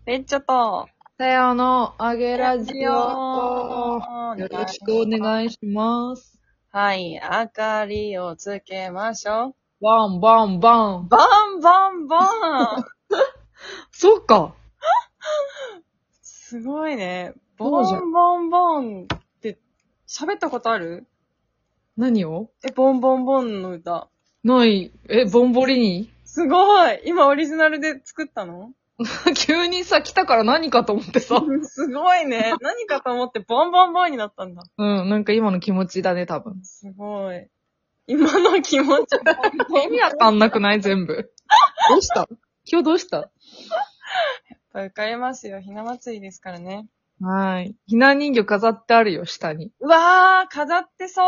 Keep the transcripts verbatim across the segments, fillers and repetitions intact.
ペッチョと、 さよのあげラジオ。 よよろしくお願いします。 はい、明かりをつけましょバンバンバう。 ン。 バンバンバンそっか。 すごいね。 そうじゃんボンボンボンって喋ったことある？ 何をえ、ボンボンボンの歌。 ない。え、ボンボリにすごい。今オリジナルで作ったの？ 急にさ、来たから何かと思ってさ。 すごいね。何かと思ってボンボンボンになったんだ。 うん、なんか今の気持ちだね、多分。 すごい。今の気持ち。 意味わかんなくない全部。どうした今日どうしたやっぱ浮かれますよ。ひな祭りですからね。 はい。ひな人形飾ってあるよ、下に。 うわー、飾ってそう。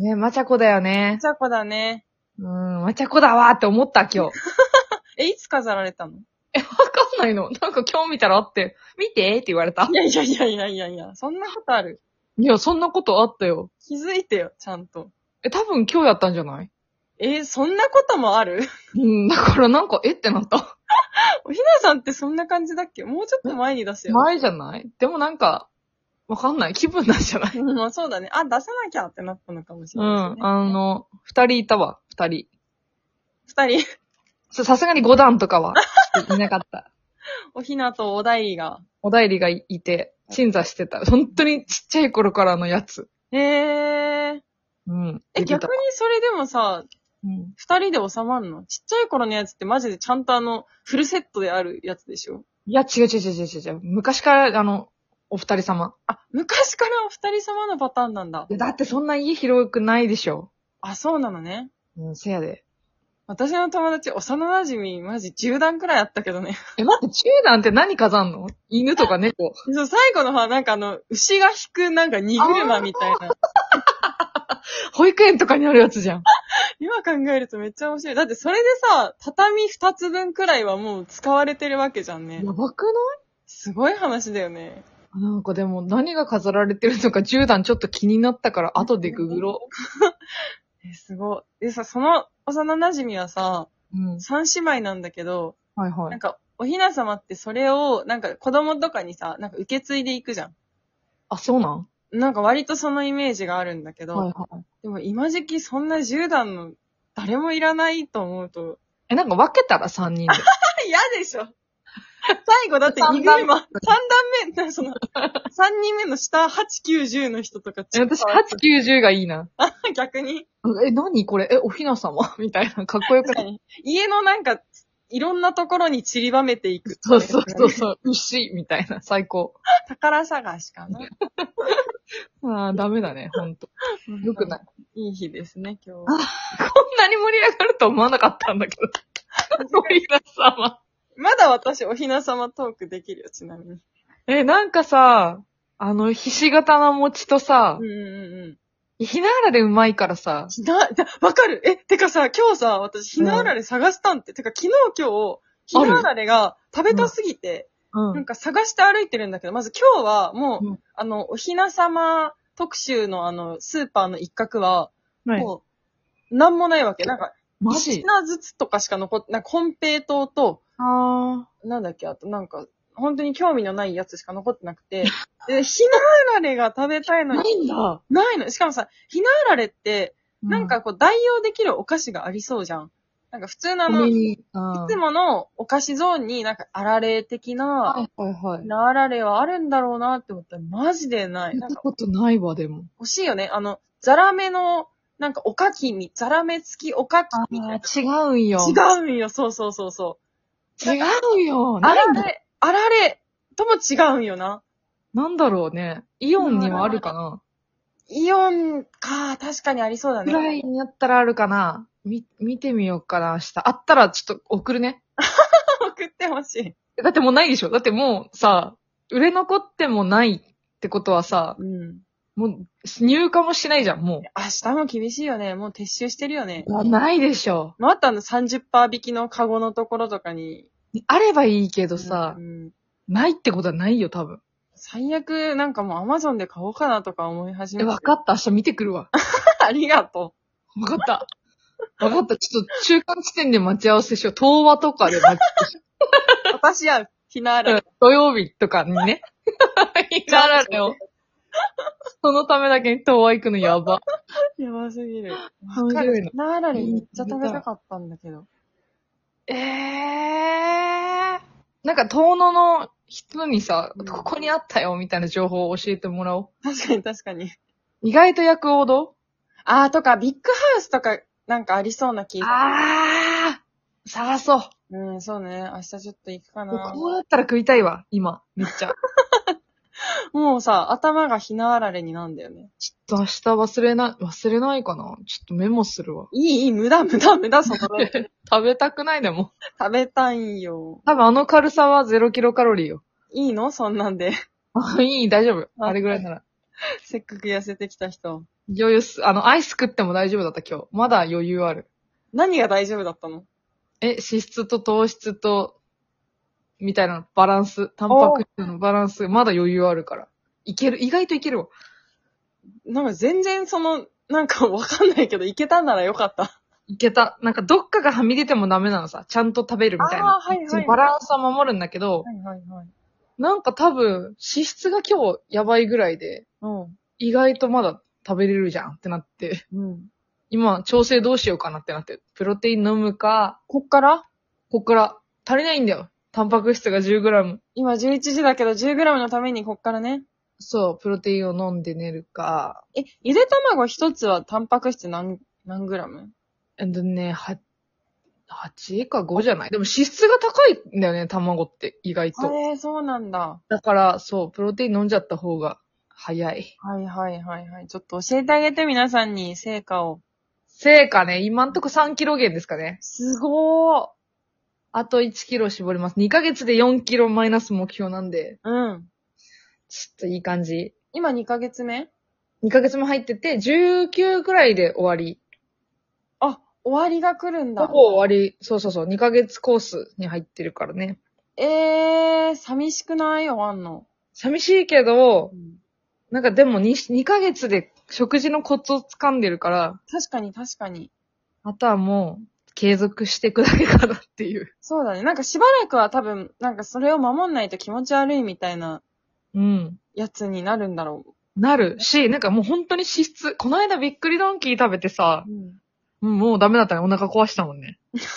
ね、まちゃこだよね。 ちゃこだね。 うん、まちゃこだわーって思った、今日。 え、いつ飾られたの？ わかんないの。なんか今日見たらあって、見てって言われたい。やいやいやいやいやいや、そんなことある？ いや、そんなことあったよ。 気づいてよ、ちゃんと。 え、多分今日やったんじゃないえ、そんなこともある？ うん、だからなんか、えってなった。 おひなさんってそんな感じだっけ？もうちょっと前に出すよ。 前じゃないでもなんか、わかんない。気分なんじゃないうん、まあそうだね。あ、出さなきゃってなったのかもしうれないですん、 ね。 あの、二人いたわ、二人。 二人、 ささすがに五段とかは、いなかった。 おひなとおだいりが。 お代理がいて、鎮座してた。本当にちっちゃい頃からのやつ。 へー。 うん。 え、逆にそれでもさ、 うん。 二人で収まるの？ちっちゃい頃のやつってマジでちゃんとあの、フルセットであるやつでしょ？ いや、違う違う違う違う違う。昔から、あの、お二人様。 あ、昔からお二人様のパターンなんだ。 いやだってそんな家広くないでしょ。 あ、そうなのね。 うん、せやで。 私の友達、幼馴染マジじゅう段くらいあったけどね。 え、待って、中段って何飾んの犬とか猫。 そう、最後の方はなんかあの、牛が引くなんか荷車みたいな。 保育園とかにあるやつじゃん。 今考えるとめっちゃ面白い。だってそれでさ、畳二つ分くらいはもう使われてるわけじゃんね。 やばくないすごい話だよね。 なんかでも何が飾られてるのかじゅう段ちょっと気になったから後でググろえ、すごい。でさ、その幼馴染はさ、 う。うん。 三姉妹なんだけど、 はいはい。 なんか、おひな様ってそれを、なんか子供とかにさ、なんか受け継いでいくじゃん。 あ、そうなんなんか割とそのイメージがあるんだけど、 はいはい。 でも今時期そんなじゅう段の誰もいらないと思うと、 え、なんか分けたらさんにんで。 嫌でしょ。最後だってに車、さん段目、なその、さんにんめの下はち、きゅう、じゅうの人とかえ、私はち、きゅう、じゅうがいいな。 逆に。 え、何これえ、おひな様みたいな。かっこよくない。 家のなんか、いろんなところに散りばめていく。 そうそうそうそう。牛みたいな。最高。 宝探しかな。 あーダメだね、ほんと。よくない。 いい日ですね、今日。 こんなに盛り上がると思わなかったんだけど。おひな様。 まだ私おひな様トークできるよ、ちなみに。 え、なんかさ、あの、ひし形の餅とさうん、うんうんうん。 ひなあられうまいからさ、 ひな、じゃわかる。え、てかさ、今日さ、私、ひなあられ探したんって。てか、昨日今日、ひなあられが食べたすぎて、 うなんか探して歩いてるんだけど、まず今日はもう、 うんあの、おひな様特集のあの、スーパーの一角は、 はい。 もう、なんもないわけ。なんか、 マ一ジ品ずつとかしか残って、なんか、コンペイトーと、 あなんだっけ、あとなんか、本当に興味のないやつしか残ってなくて、で、ひなあられが食べたいー。 のに、 ないんだ。 ないの。しかもさ、ひなあられって、なんかこう代用できるお菓子がありそうじゃん。なんか普通のあおの、い目に。あつものお菓子ゾーンになんかあられ的な、 はいはいはい。 なあられはあるんだろうなって思ったらマジでない。なんか見たことないわ、でも。 欲しいよね。あの、ザラメの、なんかおかきみ、ザラメ付きおかきみたいな。 違うんよ。 違うんよ。そうそうそうそう。 違うよ。 あないんだ。 られ、あられとも違うんよな。 なんだろうね。イオンにはあるかなイオンか、確かにありそうだね。 ぐらいになったらあるかなみ、見てみようかな、明日。あったらちょっと送るね。 送ってほしい。 だってもうないでしょだってもうさ、売れ残ってもないってことはさ、 うん。 もう入荷もしないじゃん、も明日も厳しいよね。もう撤収してるよね。 う。あないでしょ。 またあのさんじゅっパーセント引きのカゴのところとかに。 あればいいけどさう、ん、 ないってことはないよ、多分。 最悪、なんかもうアマゾンで買おうかなとか思い始めえ、 た。 わかった。明日見てくるわ。 ありがとわかった。わかった。ちょっと中間地点で待ち合わせしよう。東和とかで待ち合わせしよう。私や、 ひなあられ。 土曜日とかにね。ひなあられを。そのためだけに東和行くのやば。 やばすぎる。 面白いのひなあられめっちゃ食べたかったんだけど。 ええー。なんか遠野の人にさ、 うんここにあったよみたいな情報を教えてもらおう。 確かに確かに。 意外と薬王堂あーとか、ビッグハウスとか、なんかありそうな気が。 あー探そう。 うん、そうね。明日ちょっと行くかな。 こうだったら食いたいわ、今。めっちゃ。 もうさ、頭がひなあられになんだよね。 ちょっと明日忘れな、忘れないかな。ちょっとメモするわ。 いい、いい、無駄、無駄、無駄、そのね。 食べたくないでも。 食べたいんよ。 多分あの軽さはゼロキロカロリーよ。 いいのそんなんで。 あ、いい、大丈夫。 ああれぐらいなら。 せっかく痩せてきた人。 余裕す、あの、アイス食っても大丈夫だった今日。まだ余裕ある。 何が大丈夫だったの？ え、脂質と糖質と、みたいなバランス、タンパク質のバランス、まだ余裕あるから。いける、意外といけるわ。 なんか全然その、なんかわかんないけど、いけたんならよかった。 いけた。なんかどっかがはみ出てもダメなのさ。ちゃんと食べるみたいな。 あーはいはいはいそのバランスは守るんだけど、 はいはいはい。 なんか多分、脂質が今日やばいぐらいで、 うん。 意外とまだ食べれるじゃんってなって、 うん。 今、調整どうしようかなってなって、プロテイン飲むか、 こっからこっから、足りないんだよ。タンパク質が じゅうグラム。 今じゅういちじだけど じゅうグラム のためにこっからね。 そう、プロテインを飲んで寝るか、 え、ゆで卵一つはタンパク質何、何グラム？ えっとね、は、はちかごじゃないでも脂質が高いんだよね、卵って、意外と。 へえー、そうなんだ。 だから、そう、プロテイン飲んじゃった方が早い。 はいはいはいはい。ちょっと教えてあげて皆さんに成果を。 成果ね、今んとこさんキロ減ですかね。 すごー。 あといちキロ絞ります。にかげつでよんキロマイナス目標なんで、 うん。 ちょっといい感じ。 今にかげつめ？ にかげつも入ってて、じゅうきゅうくらいで終わり。 あ、終わりが来るんだ。 ほぼ終わり。そうそうそう。にかげつコースに入ってるからね。 えー、寂しくない終わんの。 寂しいけどう、んなんかでも 2, にかげつで食事のコツを掴んでるから、 確かに確かに。 あとはもう継続していくだけかなっていう。 そうだね。なんかしばらくは多分、なんかそれを守んないと気持ち悪いみたいなうん。 やつになるんだろなるし、なんかもう本当に脂質。この間びっくりドンキー食べてさう。、うん。 うんもうダメだったね。お腹壊したもんね。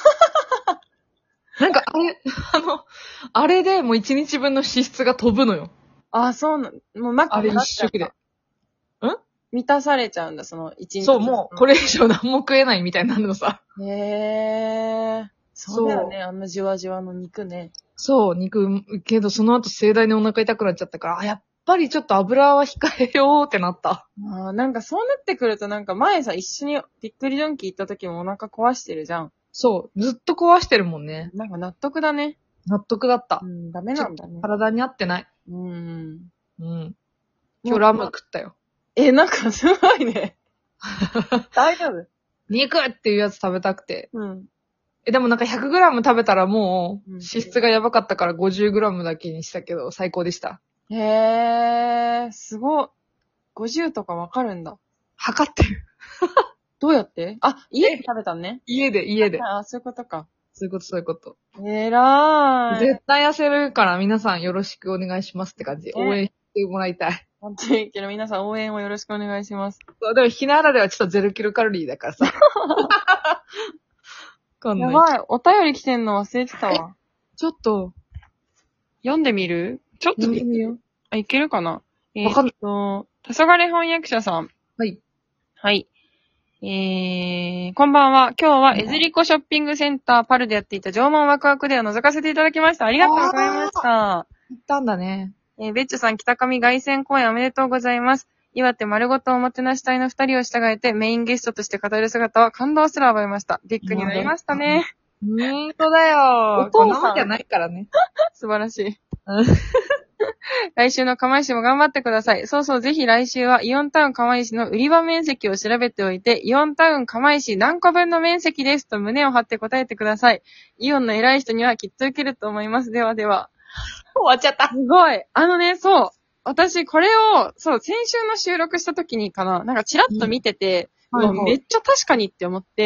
なんかあれ、あの、あれでもう一日分の脂質が飛ぶのよ。 あ、そうな、もうマックあれになっちゃった一食で。 満たされちゃうんだ、その一日。 そう、もうこれ以上何も食えないみたいになるのさ。 へえ。そうだよね、あんなじわじわの肉ね。 そう、肉、けどその後盛大にお腹痛くなっちゃったから、あ、やっぱりちょっと油は控えようってなった。 ああ、なんかそうなってくるとなんか前さ、一緒にびっくりドンキー行った時もお腹壊してるじゃん。 そう、ずっと壊してるもんね。 なんか納得だね。 納得だったう。ん、ダメなんだね。 体に合ってない。 うん。 うん。今日ラム食ったよ。 え、なんかすごいね。大丈夫？ 肉っていうやつ食べたくて。 うん。 え、でもなんか ひゃくグラム 食べたらもううん脂質がやばかったから ごじゅうグラム だけにしたけど最高でした。 へー、すごい。ごじゅうとかわかるんだ。 測ってる。 どうやって？あ、家で食べたんね。 家で、家で。 あ、そういうことか。 そういうこと、そういうこと。 えらーい。 絶対痩せるから皆さんよろしくお願いしますって感じ。応援してもらいたい。 本当に、けど皆さん応援をよろしくお願いします。 そうでも、ひなあられはちょっとゼロキロカロリーだからさ。わかんない。 やばい、お便り来てんの忘れてたわ。 ちょっと、 読んでみる？ちょっと読んでみよう。 あ、いけるかな？えわかんないーっと、黄昏翻訳者さん。 はい。 はい。えー、こんばんは。今日はエズリコショッピングセンターパルでやっていた縄文ワクワクデーを覗かせていただきました。ありがとうございました。 行ったんだね。 えー、ベッチョさん、北上凱旋公演おめでとうございます。岩手丸ごとおもてなし隊の二人を従えてメインゲストとして語る姿は感動すら覚えました。ビッグになりましたね。 ほんとだよ。 お父さんこんなもんじゃないからね。 素晴らしいうん。 来週の釜石も頑張ってください。そうそう、ぜひ来週はイオンタウン釜石の売り場面積を調べておいて、イオンタウン釜石何個分の面積ですと胸を張って答えてください。イオンの偉い人にはきっと受けると思います。ではでは。 終わっちゃった。 すごい。あのね、そう。私、これを、そう、先週の収録した時にかな、なんかチラッと見てて、 うんはいはいうわめっちゃ確かにって思って、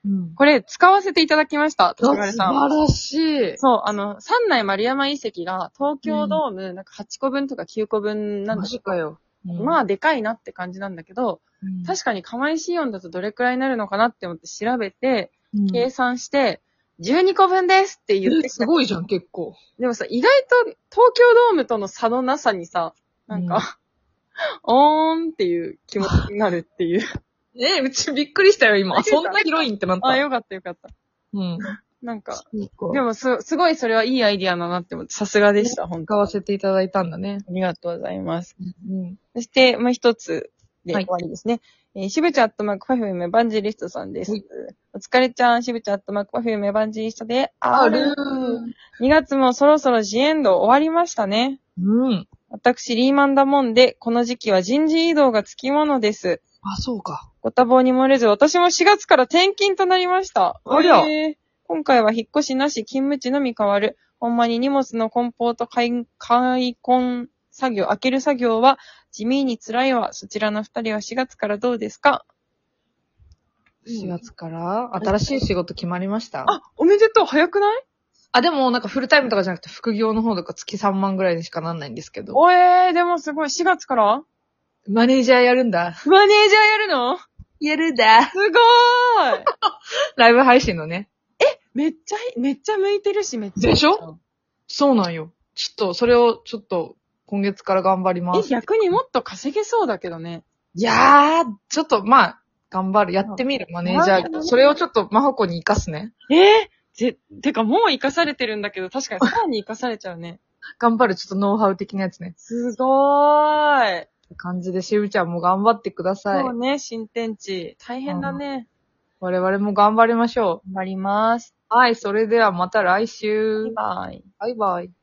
うん。 これ使わせていただきました、としまるさん。 素晴らしい。 そう、あの、三内丸山遺跡が東京ドームなんかはちこぶんとかきゅうこぶんなんマだジかよ。うん、 まあ、でかいなって感じなんだけど、 うん、 確かに釜石イオンだとどれくらいになるのかなって思って調べて、 うん、 計算して、じゅうにこぶんですって言ってえ、 きた。 すごいじゃん、結構。 でもさ、意外と東京ドームとの差のなさにさ、なんか、うん、おーんっていう気持ちになるっていう。 え、うちびっくりしたよ、今。そんな広いんってなった。 あ、よかったよかった。 うん。 なんか、 ででもす、すごいそれはいいアイディアだなって思って、さすがでした、本当使わせていただいたんだね。 ありがとうございます。 うん。 そして、もう一つではい終わりですね。えー、しぶちゃアットマークパフュームエヴァンジェリストさんです。 はいお疲れちゃん、しぶちゃアットマークパフュームエヴァンジェリストで、 あるー。 にがつもそろそろジエンド終わりましたね。 うん。 私、リーマンだもんで、この時期は人事異動がつきものです。 あ、そうか。 ご多忙に漏れず、私もしがつから転勤となりました。 ありゃ。 えー今回は引っ越しなし、勤務地のみ変わる。ほんまに荷物の梱包と開、開梱作業、開ける作業は地味に辛いわ。そちらの二人はしがつからどうですか？ しがつから新しい仕事決まりました？ あ、おめでとう。早くない？ あ、でもなんかフルタイムとかじゃなくて副業の方とか月さんまんぐらいにしかなんないんですけど。 おえー、でもすごい。しがつからマネージャーやるんだ。 マネージャーやるの？ やるんだ。 すごーい。 ライブ配信のね。 めっちゃ、めっちゃ向いてるし、めっちゃ。 でしょ？そうなんよ。ちょっと、それをちょっと今月から頑張りまえ、 す。 逆にもっと稼げそうだけどね。 いやー、ちょっとまあ、頑張る。やってみる、マネージャー。それをちょっとマホコに活かすね。 えー、ぜ、てかもう活かされてるんだけど、確かにさらに活かされちゃうね。 頑張る、ちょっとノウハウ的なやつね。 すごーい。 感じで、しぶちゃんも頑張ってください。 そうね、新天地。大変だね。 我々も頑張りましょう。 頑張ります。 はい、それではまた来週。 バイバイ。 バイバイ。